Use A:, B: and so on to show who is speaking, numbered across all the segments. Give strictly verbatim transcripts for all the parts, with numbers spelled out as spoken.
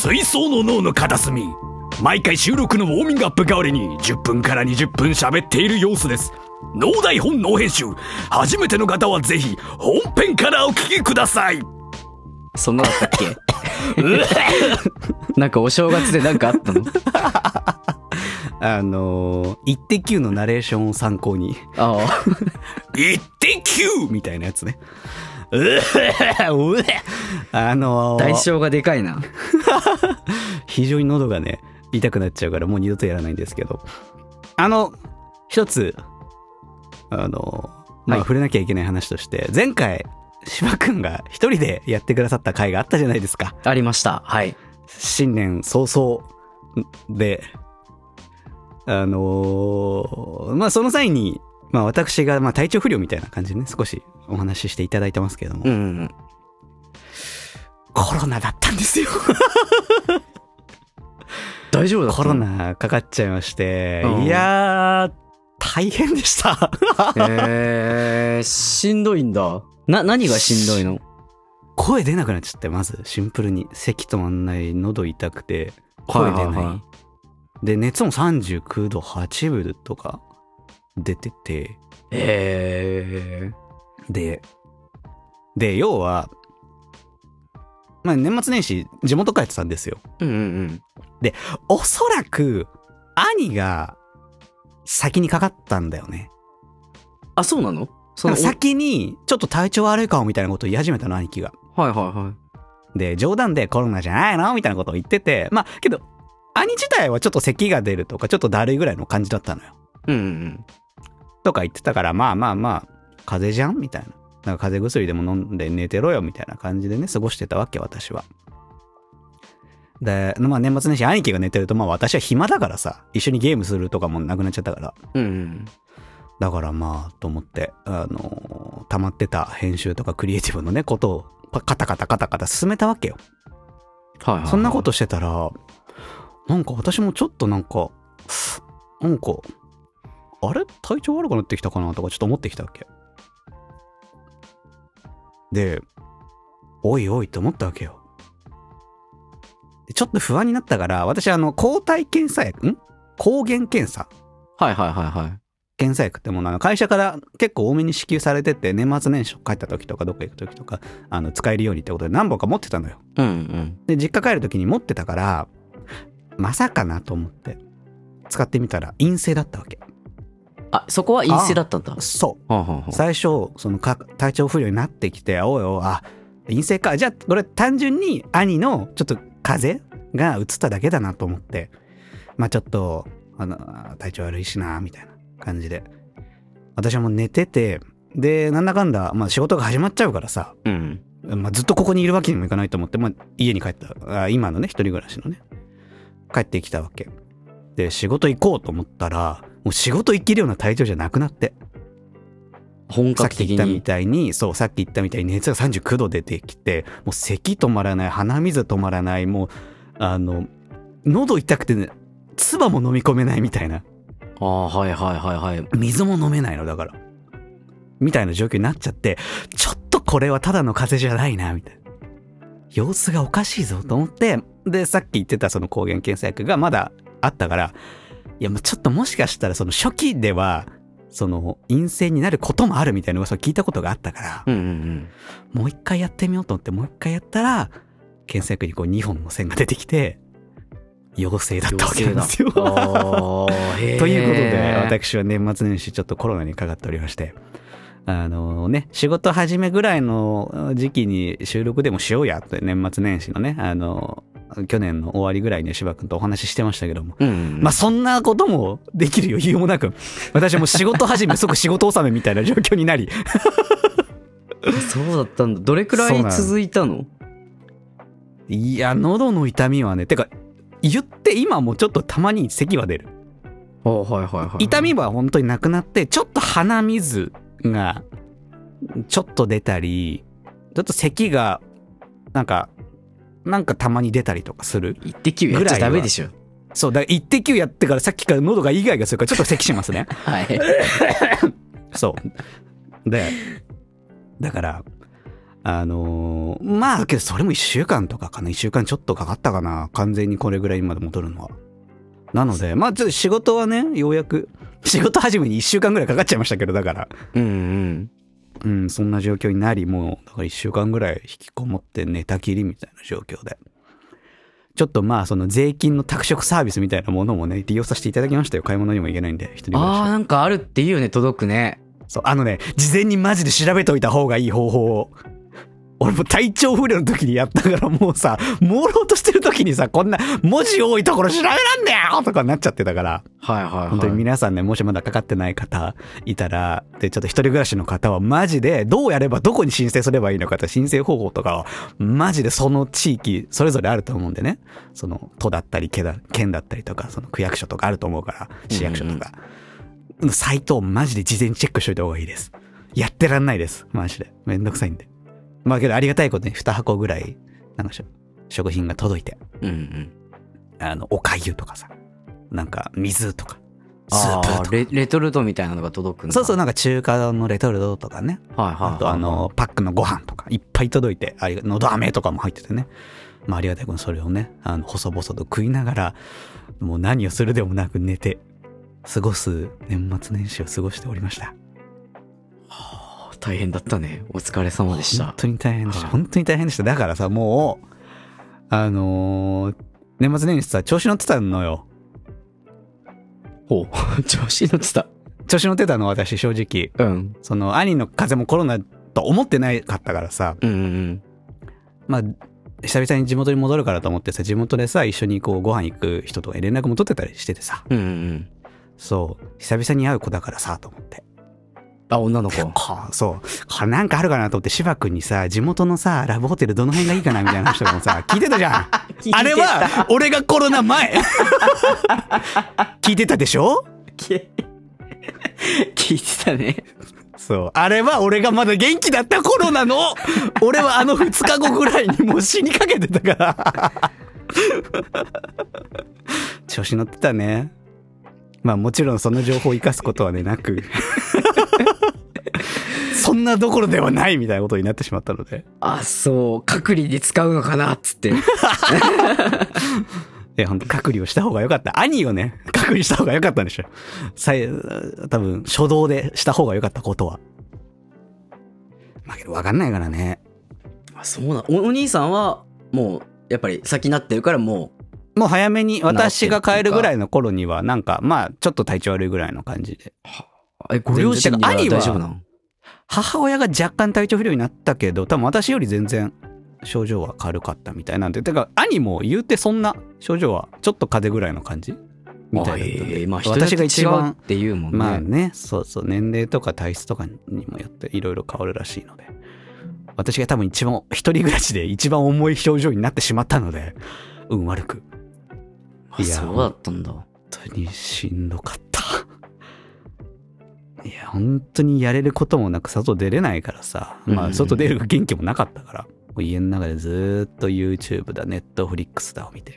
A: 水槽の脳の片隅、毎回収録のウォーミングアップ代わりにじゅっぷんからにじゅっぷん喋っている様子です。脳台本脳編集、初めての方はぜひ本編からお聞きください。
B: そんなだったっけなんかお正月でなんかあったの
C: あのー、イッテ Q のナレーションを参考に
B: ああ
A: イッテ Q
C: みたいなやつね。あのー、
B: 代償がでかいな。
C: 非常に喉がね痛くなっちゃうからもう二度とやらないんですけど、あの一つあのまあ、はい、触れなきゃいけない話として、前回芝くんが一人でやってくださった回があったじゃないですか。
B: ありました。はい。
C: 新年早々で、あのー、まあその際にまあ私がまあ体調不良みたいな感じでね少しお話ししていただいてますけども、
B: うんうん、
C: コロナだったんですよ。
B: 大丈夫だったの？
C: コロナかかっちゃいまして、うん、いやー大変でした。
B: えー、しんどいんだ。な何がしんどいの？
C: 声出なくなっちゃって、まずシンプルに咳止まんない、喉痛くて声出ない、はいはいはい、で熱もさんじゅうきゅうどはちぶとか出てて、
B: え
C: ー、でで要はまあ年末年始地元帰ってたんですよ。
B: うんうんうん。
C: でおそらく兄が先にかかったんだよね。
B: あ、そうなの？
C: その先にちょっと体調悪いかもみたいなことを言い始めたの、兄貴が。
B: はいはいはい。
C: で冗談でコロナじゃないのみたいなことを言ってて、まあけど兄自体はちょっと咳が出るとかちょっとだるいぐらいの感じだったのよ。
B: うんうんうん。
C: とか言ってたから、まあまあまあ風邪じゃんみたいな。なんか風邪薬でも飲んで寝てろよみたいな感じでね過ごしてたわけ、私は。で、まあ年末年始兄貴が寝てると、まあ私は暇だからさ、一緒にゲームするとかもなくなっちゃったから。
B: うん、うん。
C: だからまあと思って、あのー、溜まってた編集とかクリエイティブのねことをカタカタカタカタ進めたわけよ。
B: はいはいはい。
C: そんなことしてたら、なんか私もちょっとなんか、なんか、あれ体調悪くなってきたかなとかちょっと思ってきたわけ。で、おいおいって思ったわけよ。ちょっと不安になったから、私あの抗体検査薬、ん抗原検査、
B: はいはいはいはい。
C: 検査薬ってものは会社から結構多めに支給されてて、年末年始帰った時とかどっか行く時とかあの使えるようにってことで何本か持ってたのよ。
B: うんうん。
C: で実家帰る時に持ってたから、まさかなと思って使ってみたら陰性だったわけ。
B: あ、そこは陰性だったんだ。
C: そう。
B: はあはあ、
C: 最初そのか体調不良になってきて、おいおい、あ、陰性か、じゃあこれ単純に兄のちょっと風邪が移っただけだなと思って、まあちょっとあの体調悪いしなみたいな感じで、私はもう寝てて、でなんだかんだ、まあ、仕事が始まっちゃうからさ、
B: うん
C: まあ、ずっとここにいるわけにもいかないと思って、まあ、家に帰った、あ今のね一人暮らしのね帰ってきたわけで、仕事行こうと思ったらもう仕事行けるような体調じゃなくなって、
B: 本格的に
C: さっき言ったみたいに、そうさっき言ったみたいに熱がさんじゅうきゅうど出てきて、もう咳止まらない、鼻水止まらない、もうあの喉痛くてね、唾も飲み込めないみたいな。
B: ああ、はいはいはいはい。
C: 水も飲めないのだからみたいな状況になっちゃって、ちょっとこれはただの風邪じゃないなみたいな、様子がおかしいぞと思って、でさっき言ってたその抗原検査薬がまだあったから、いやもうちょっともしかしたらその初期ではその陰性になることもあるみたいな噂を聞いたことがあったから、
B: うんうんうん、
C: もう一回やってみようと思って、もう一回やったら検査薬にこうにほんの線が出てきて陽性だったわけなんですよ。ということで私は年末年始ちょっとコロナにかかっておりまして、あのね仕事始めぐらいの時期に収録でもしようやって、年末年始のね、あの去年の終わりぐらいに柴君とお話ししてましたけども、
B: うんうん、
C: まあそんなこともできる余裕もなく、私はもう仕事始め即仕事納めみたいな状況になり
B: そうだったんだ。どれくらい続いたの？
C: いや喉の痛みはね、てか言って今もちょっとたまに咳は出る。
B: はいはいはいはい、
C: 痛みは本当になくなって、ちょっと鼻水がちょっと出たり、ちょっと咳がなんかなんかたまに出たりとかする。
B: イッテ Q やっちゃダメでしょ。
C: そうだ、イッテ Q やってからさっきから喉がイガイガするからちょっと咳しますね。
B: はい。
C: そうでだからあのー、まあけどそれもいっしゅうかんとかかな、いっしゅうかんちょっとかかったかな、完全にこれぐらいまで戻るのは。なのでまあちょっと仕事はね、ようやく仕事始めにいっしゅうかんぐらいかかっちゃいましたけど、だから
B: うんうん
C: うん、そんな状況になり、もうだからいっしゅうかんぐらい引きこもって寝たきりみたいな状況で、ちょっとまあその税金の宅食サービスみたいなものもね利用させていただきましたよ。買い物にも行けないんで、一人暮らし。
B: ああ、なんかあるっていいよね、届くね。
C: そう、あのね、事前にマジで調べといた方がいい方法を。俺も体調不良の時にやったからもうさ、朦朧としてる時にさ、こんな文字多いところ調べらんねよとかなっちゃってたから。
B: はいはいはい。
C: 本当に皆さんね、もしまだかかってない方いたら、で、ちょっと一人暮らしの方はマジでどうやればどこに申請すればいいのかって申請方法とかは、マジでその地域それぞれあると思うんでね。その都だったり県だ、県だったりとか、その区役所とかあると思うから、市役所とか。うんうん、サイトをマジで事前にチェックしといた方がいいです。やってらんないです。マジで。めんどくさいんで。まあけどありがたいことにに箱ぐらい、なんか食品が届いて。うんうん。あの、おかゆとかさ。なんか水とか。スープとか。
B: レ、レトルトみたいなのが届くんだ。
C: そうそう、なんか中華のレトルトとかね。
B: はいはいはい、はい。
C: あとあの、パックのご飯とかいっぱい届いて、ありが、のど飴とかも入っててね。まあありがたいことにそれをね、あの、細々と食いながら、もう何をするでもなく寝て、過ごす年末年始を過ごしておりました。
B: 大変だったね。お疲れ様でした。
C: 本当に大変でした。本当に大変でした。だからさ、もう、あのー、年末年始さ、調子乗ってたのよ。
B: ほう。調子乗ってた。
C: 調子乗ってたの、私、正直。
B: うん。
C: その、兄の風邪もコロナと思ってないかったからさ。
B: うんうんうん。
C: まあ、久々に地元に戻るからと思ってさ、地元でさ、一緒にこう、ご飯行く人とか連絡も取ってたりしててさ。
B: うんうんうん。
C: そう。久々に会う子だからさ、と思って。
B: あ、女の子。
C: そう。これなんかあるかなと思って、芝君にさ、地元のさ、ラブホテルどの辺がいいかなみたいな話とかもさ、聞いてたじゃん。あれは、俺がコロナ前。聞いてたでしょ？
B: 聞いてたね。
C: そう。あれは俺がまだ元気だった頃なの。俺はあのふつかごぐらいにもう死にかけてたから。調子乗ってたね。まあもちろんその情報を生かすことはね、なく。そんなどころではないみたいなことになってしまったので。
B: あ、そう。隔離で使うのかなっつって。い
C: や、ほんと隔離をした方がよかった。兄をね、隔離した方がよかったんでしょ。さい、多分、初動でした方がよかったことは。まあけどわかんないからね。
B: あ、そうな。お、お兄さんは、もう、やっぱり先なってるからも
C: う。もう早めに、私が帰るぐらいの頃には、なんか、まあ、ちょっと体調悪いぐらいの感じで。
B: え、ご両親には大丈夫なの？
C: 母親が若干体調不良になったけど、多分私より全然症状は軽かったみたいなんで、てか兄も言うてそんな症状はちょっと風邪ぐらいの感じみたいな。
B: えー、まあ私が一番っていうもんね。
C: まあね、そうそう、年齢とか体質とかにもよっていろいろ変わるらしいので、私が多分一番一人暮らしで一番重い症状になってしまったので、運悪く。
B: いや、そうだったんだ。
C: 本当にしんどかった。いや、本当にやれることもなく外出れないからさ。まあ、外出る元気もなかったから。もう家の中でずーっと YouTube だ、Netflix だを見て。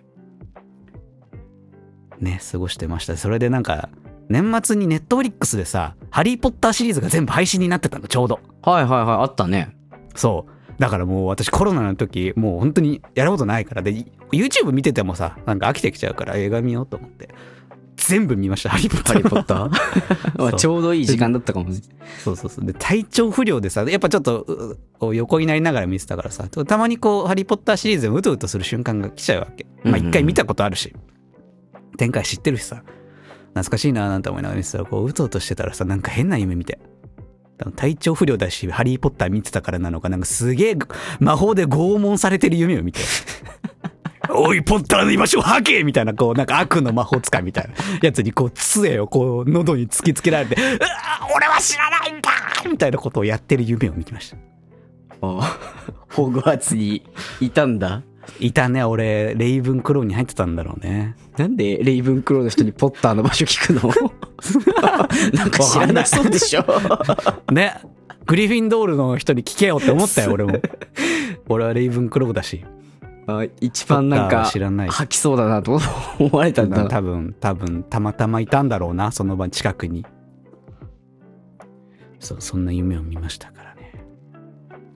C: ね、過ごしてました。それでなんか、年末に Netflix でさ、ハリーポッターシリーズが全部配信になってたの、ちょうど。
B: はいはいはい、あったね。
C: そう。だからもう私コロナの時、もう本当にやることないから。で、YouTube 見ててもさ、なんか飽きてきちゃうから映画見ようと思って。全部見ました、ハリーポッター。
B: ハリーポッターまあちょうどいい時間だったかもしれない。
C: そうそうそう。で、体調不良でさ、やっぱちょっと横になりながら見てたからさ、たまにこう、ハリーポッターシリーズでうとうとする瞬間が来ちゃうわけ。まあ一回見たことあるし、展開知ってるしさ、懐かしいなーなんて思いながら見てたら、こう、うとうとしてたらさ、なんか変な夢見て。体調不良だし、ハリーポッター見てたからなのか、なんかすげえ魔法で拷問されてる夢を見て。おい、ポッターの居場所を吐けみたいな、こう、なんか悪の魔法使いみたいなやつに、こう、杖をこう、喉に突きつけられて、うわ俺は知らないんだみたいなことをやってる夢を見てました。
B: ああ、ホグワーツにいたんだ。
C: いたね、俺、レイブンクローに入ってたんだろうね。
B: なんでレイブンクローの人にポッターの場所聞くのなんか知らなそうでしょ
C: ね、グリフィンドールの人に聞けよって思ったよ、俺も。俺はレイブンクローだし。
B: あ、一番なんか吐きそうだなと思われたんだ。
C: 多分多分たまたまいたんだろうな、その場近くに。そう、そんな夢を見ましたからね。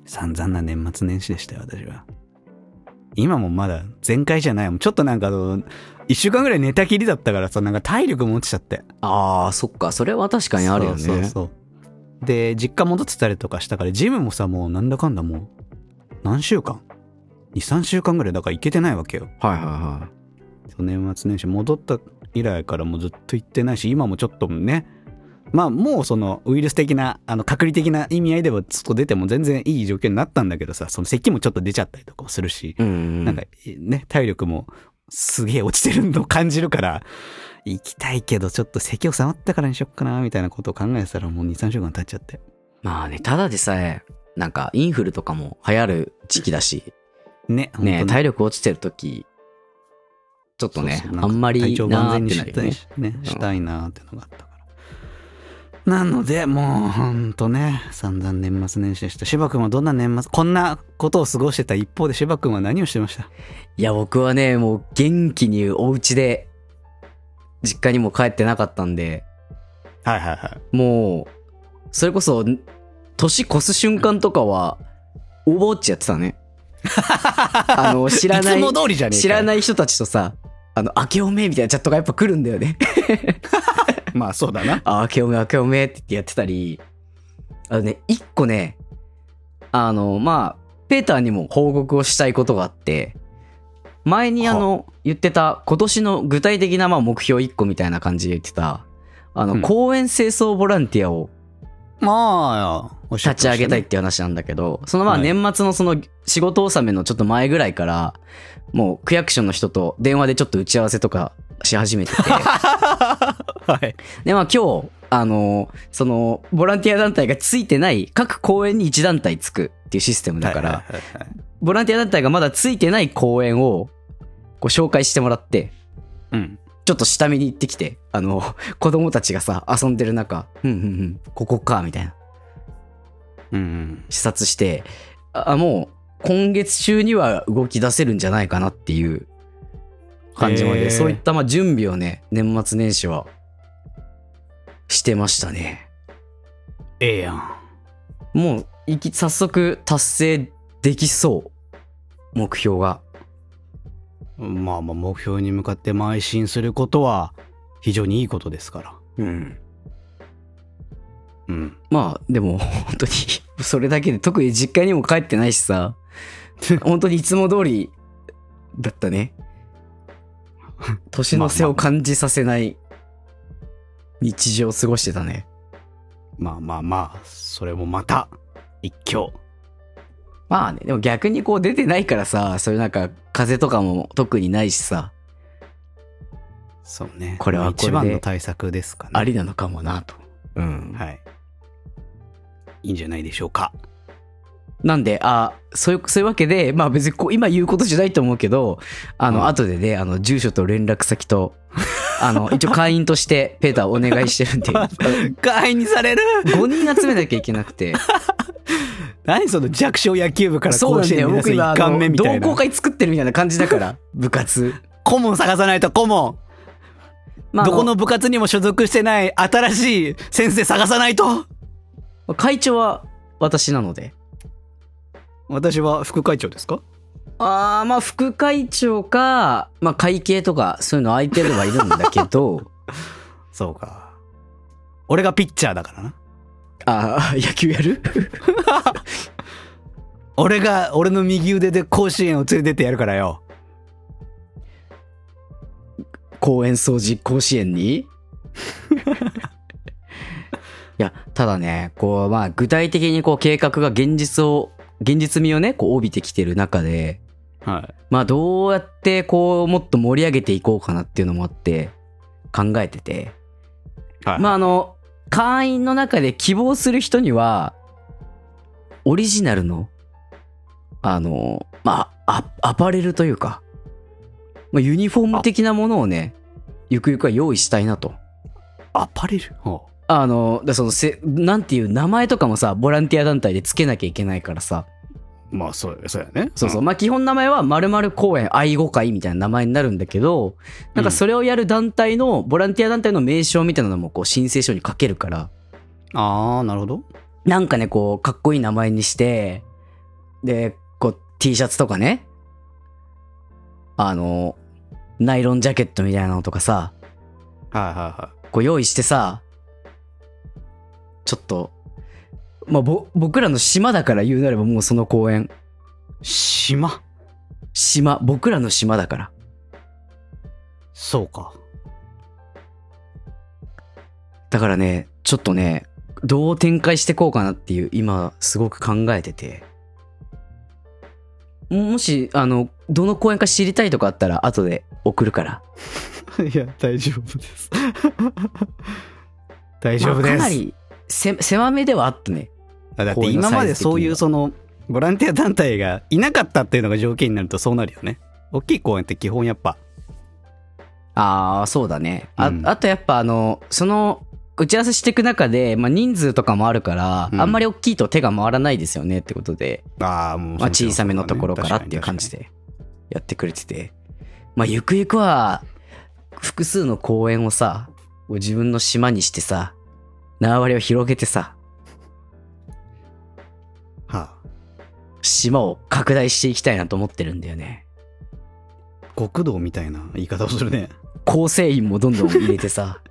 C: 散々な年末年始でしたよ、私は。今もまだ全開じゃないもん。ちょっとなんかあの、一週間ぐらい寝たきりだったからさ、なんか体力も落ちちゃって。
B: ああ、そっか。それは確かにあるよね。
C: そうそうそう。で、実家戻ってたりとかしたから、ジムもさ、もうなんだかんだもう、何週間 ?に、さんしゅうかんぐらいだから行けてないわけよ。
B: はいはいはい。
C: そう、年末年始戻った以来からもうずっと行ってないし、今もちょっとね、まあもうそのウイルス的な、あの隔離的な意味合いではちょっと出ても全然いい状況になったんだけどさ、その咳もちょっと出ちゃったりとかもするし、
B: うんうん、
C: なんかね、体力もすげえ落ちてるのを感じるから、行きたいけどちょっと咳収まったからにしよっかなみたいなことを考えてたらもうに、さんしゅうかん経っちゃって。
B: まあね、ただでさえ、なんかインフルとかも流行る時期だし、
C: ね、
B: ね、体力落ちてる時ちょっとね、そうそうあんまり
C: 体調万全に
B: なーってなるよね、
C: ね、したいなーってのがあったから。なので、もうほんとね、散々年末年始でした。芝君はどんな年末、こんなことを過ごしてた一方で芝君は何をしてました？
B: いや、僕はね、もう元気にお家で、実家にも帰ってなかったんで、
C: はいはいはい。
B: もう、それこそ、年越す瞬間とかは、オーバーウォッチやってたね。あの、知らない、
C: いつも通りじゃねえか。
B: 知らない人たちとさ、あの、明けおめみたいなチャットがやっぱ来るんだよね。
C: まあそうだな。
B: あ、明けおめ明けおめって言ってやってたり、あのね、一個ね、あの、まあ、ペーターにも報告をしたいことがあって、前にあの、言ってた今年の具体的なまあ目標一個みたいな感じで言ってた、あの、うん、公園清掃ボランティアを、
C: まあ、
B: 立ち上げたいっていう話なんだけど、そのまあ年末のその仕事納めのちょっと前ぐらいから、もう区役所の人と電話でちょっと打ち合わせとかし始めてて。はい。で、まあ今日、あの、その、ボランティア団体がついてない各公園にいち団体つくっていうシステムだから、ボランティア団体がまだついてない公園をこう紹介してもらって、うん。ちょっと下見に行ってきて、あの、子供たちがさ、遊んでる中、うんうんうん、ここか、みたいな。うんうん。視察して、あ、もう、今月中には動き出せるんじゃないかなっていう感じまで、そういったまあ準備をね、年末年始は、してましたね。
C: ええやん。
B: もう、いき、早速達成できそう。目標が。
C: まあまあ目標に向かって邁進することは非常にいいことですから。
B: うん。うん。まあでも本当にそれだけで特に実家にも帰ってないしさ、本当にいつも通りだったね。年の瀬を感じさせない日常を過ごしてたね。
C: まあまあまあ、それもまた一興。
B: まあね、でも逆にこう出てないからさ、そういうなんか風邪とかも特にないしさ。
C: そうね。
B: これはこれで
C: 一番の対策ですかね。
B: ありなのかもなと。うん。
C: はい。いいんじゃないでしょうか。
B: なんで、あ、そういう、そういうわけで、まあ別にこう今言うことじゃないと思うけど、あの、うん、後でね、あの、住所と連絡先と、あの、一応会員としてペーターお願いしてるんで。
C: 会員にされる ?
B: ご 人集めなきゃいけなくて。
C: 何その弱小野球部から甲子園に出す一
B: 貫
C: 目みたいな。
B: 同好会作ってるみたいな感じだから、部活。
C: 顧問探さないと、顧問。まあ、どこの部活にも所属してない新しい先生探さないと。
B: 会長は私なので。
C: 私は副会長ですか？
B: あー、まあ副会長か、まあ会計とかそういうの空いてればいるんだけど。
C: そうか。俺がピッチャーだからな。
B: ああ、野球やる
C: 俺が、俺の右腕で甲子園を連れてってやるからよ。
B: 公園掃除甲子園にいや、ただね、こう、まあ具体的にこう計画が現実を、現実味をね、こう帯びてきてる中で、はい。まあどうやってこう、もっと盛り上げていこうかなっていうのもあって考えてて、はい。まああの、会員の中で希望する人には、オリジナルの、あの、まあ、アパレルというか、まあ、ユニフォーム的なものをね、ゆくゆくは用意したいなと。
C: アパレル？
B: あの、だそのせ、なんていう名前とかもさ、ボランティア団体でつけなきゃいけないからさ。
C: まあ、そう、そうやね。
B: そうそう。まあ、基本名前は〇〇公園愛護会みたいな名前になるんだけど、なんかそれをやる団体の、ボランティア団体の名称みたいなのもこう申請書に書けるから。
C: ああ、なるほど。
B: なんかね、こう、かっこいい名前にして、 で、こう T シャツとかね、あの、ナイロンジャケットみたいなのとかさ、
C: はいはいは
B: こう用意してさ、ちょっと、まあ、ぼ、僕らの島だから言うなればもうその公園。
C: い。島
B: 島、僕らの島だから。
C: そうか。
B: だからね、ちょっとね、どう展開していこうかなっていう、今、すごく考えてて。もし、あの、どの公園か知りたいとかあったら、後で送るから。
C: いや、大丈夫です。大丈夫です。
B: まあ、かなり、せ、狭めではあったね。
C: だって今までそういうその、ボランティア団体がいなかったっていうのが条件になるとそうなるよね。大きい公園って基本やっぱ。
B: ああ、そうだね。あ、
C: うん
B: あとやっぱあの、その、打ち合わせしていく中で、まあ、人数とかもあるから、
C: うん、
B: あんまり大きいと手が回らないですよねってことで、
C: ああ、もう、
B: まあ、小さめのところからっていう感じでやってくれてて、まあ、ゆくゆくは、複数の公園をさ、自分の島にしてさ、縄張りを広げてさ、
C: はあ、
B: 島を拡大していきたいなと思ってるんだよね。
C: 極道みたいな言い方をするね。
B: 構成員もどんどん入れてさ、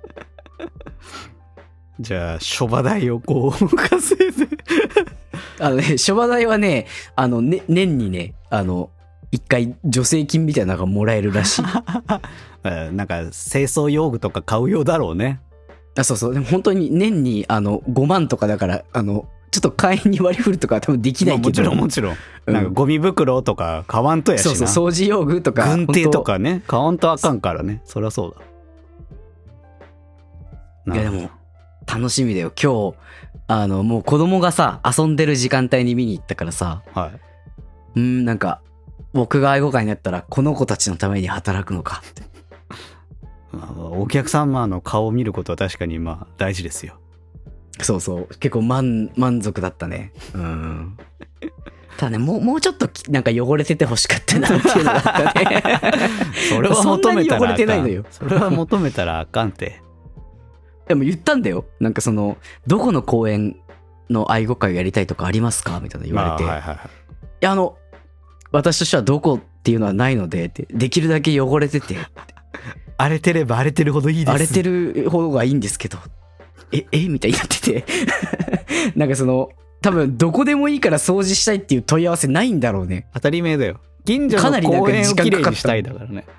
C: じゃあ、諸場代をこう、稼いで。
B: あのね、諸場代はね、あの、ね、年にね、あの、一回助成金みたいなのがもらえるらしい。
C: なんか、清掃用具とか買うようだろうね。
B: あ、そうそう。でも本当に年にあのごまんとかだから、あの、ちょっと会員に割り振るとかは多分できないけど。
C: まあもちろんもちろん。
B: うん、
C: なんかゴミ袋とか買わんとやしな。
B: そうそう、掃除用具とか。
C: 軍手とかね、買わんとあかんからね。そりゃそうだ。
B: いやでも、楽しみだよ。今日、あの、もう子供がさ、遊んでる時間帯に見に行ったからさ、
C: はい。
B: うん、なんか、僕が愛護会になったら、この子たちのために働くのかって。
C: まあ、お客様の顔を見ることは確かにまあ大事ですよ。
B: そうそう。結構満、満足だったね。うん。ただね、もう、もうちょっとなんか汚れてて欲しかったなっていうのがあったね。
C: それは求めたらあかん。
B: そんなに汚れてないのよ。
C: それは求めたらあかんて。
B: でも言ったんだよ。なんかその、どこの公園の愛護会をやりたいとかありますかみたいな言われて。
C: まあ、はいはいはい。
B: いや、あの、私としてはどこっていうのはないので、って、できるだけ汚れてて。
C: 荒れてれば荒れてるほどいいです。
B: 荒れてる方がいいんですけど。え、えみたいになってて。なんかその、多分どこでもいいから掃除したいっていう問い合わせないんだろうね。
C: 当たり前だよ。近所の公園をきれいにしたいだからね。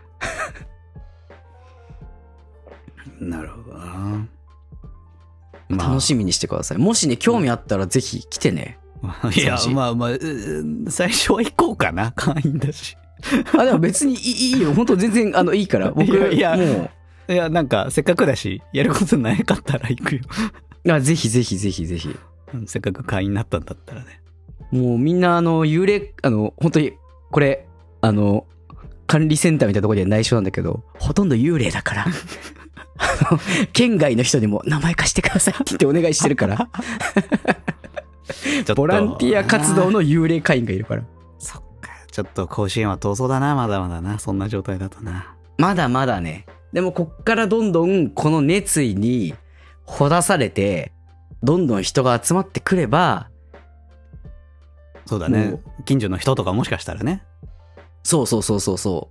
C: なるほどな。
B: まあ、楽しみにしてください。もしね、興味あったらぜひ来てね。
C: いや、まあまあ、最初は行こうかな。会員だし。
B: あ、でも別にいいよ。本当全然、あの、いいから。僕、
C: いや、
B: もう。
C: いや、なんか、せっかくだし、やることなかったら行くよ。
B: あ、ぜひぜひぜひぜひ。
C: せっかく会員になったんだったらね。
B: もうみんな、あの、幽霊、あの、本当に、これ、あの、管理センターみたいなところでは内緒なんだけど、ほとんど幽霊だから。あの、県外の人にも名前貸してくださいって言ってお願いしてるから。ボランティア活動の幽霊会員がいるから。
C: そっか。ちょっと甲子園は遠そうだな、まだまだな。そんな状態だとな。
B: まだまだね。でもこっからどんどんこの熱意にほだされて、どんどん人が集まってくれば。
C: そうだね。近所の人とかもしかしたらね。
B: そうそうそうそうそう。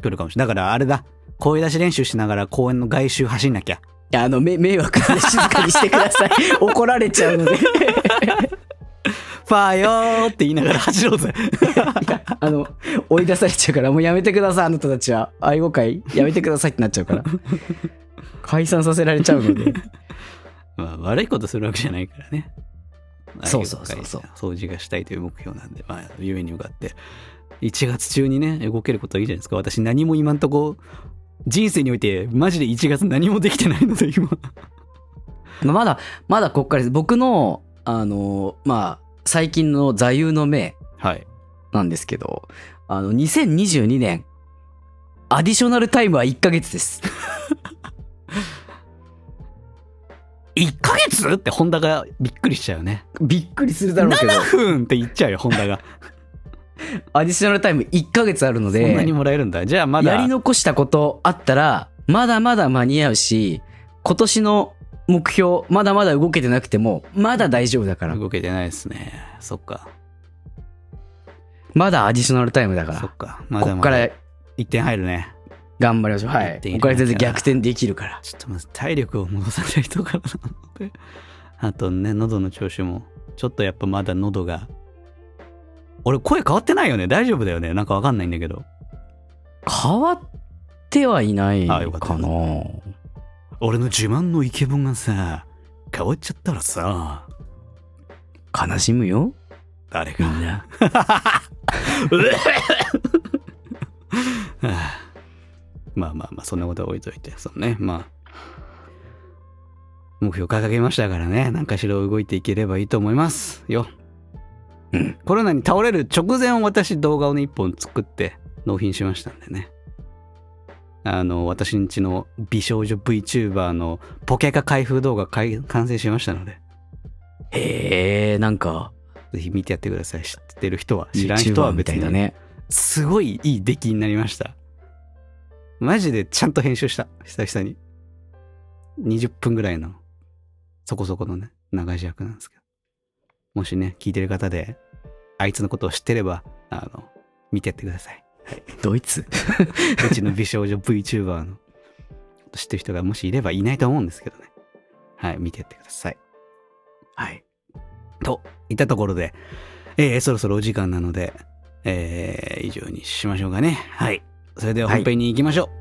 C: 来るかもしれない。だからあれだ。声出し練習しながら公園の外周走んなきゃ。
B: いや、あの、め、迷惑なんで静かにしてください。怒られちゃうので。
C: ファーよーって言いながら走ろうぜ。
B: いや、あの、追い出されちゃうから、もうやめてください、あなたたちは。愛護会やめてくださいってなっちゃうから。解散させられちゃうので。
C: まあ、悪いことするわけじゃないからね。
B: そうそうそうそう。
C: 掃除がしたいという目標なんで、まあ、夢に向かって。いちがつ中にね、動けることはいいじゃないですか。私何も今んとこ、人生において、マジでいちがつ何もできてないので、今。
B: まだ、まだこっからです。僕の、あの、まあ、最近の座右の銘なんですけど、はい、あの、にせんにじゅうにねん、アディショナルタイムはいっかげつです。
C: いっかげつってホンダがびっくりしちゃうよね。
B: びっくりするだろうけど。
C: ななふんって言っちゃうよ、ホンダが。
B: アディショナルタイムいっかげつあるので、
C: そんなにもらえるんだ。じゃあまだ。
B: やり残したことあったら、まだまだ間に合うし、今年の目標、まだまだ動けてなくても、まだ大丈夫だから。
C: 動けてないですね。そっか。
B: まだアディショナルタイムだから。
C: そっか。まだまだ。
B: こっから
C: いってん入るね。
B: 頑張りましょう。はい。ここから全然逆転できるから。
C: ちょっとまず体力を戻さないとからなので。あとね、喉の調子も、ちょっとやっぱまだ喉が。俺声変わってないよね。大丈夫だよね。なんかわかんないんだけど。
B: 変わってはいないかな。
C: あ、よかった。俺の自慢のイケボがさ、変わっちゃったらさ、
B: 悲しむよ。
C: 誰が。みんな。まあまあまあ、そんなことは置いといて、そうね、まあ。目標掲げましたからね、何かしら動いていければいいと思いますよ。うん。コロナに倒れる直前、私動画をね、一本作って納品しましたんでね。あの、私んちの美少女 VTuber のポケカ開封動画完成しましたので。
B: へえ、なんか。
C: ぜひ見てやってください。知ってる人は。知らん人は別に。だね。すごいいい出来になりました。マジでちゃんと編集した。久々に。にじゅっぷんぐらいの、そこそこのね、長い尺なんですけど。もしね、聞いてる方で、あいつのことを知ってれば、あの、見てやってください。はい。
B: ドイツ
C: うちの美少女 VTuber の、知ってる人がもしいればいないと思うんですけどね。はい、見てやってください。はい。といったところで、えー、そろそろお時間なので、えー、以上にしましょうかね。はい。それでは本編に行きましょう。はい、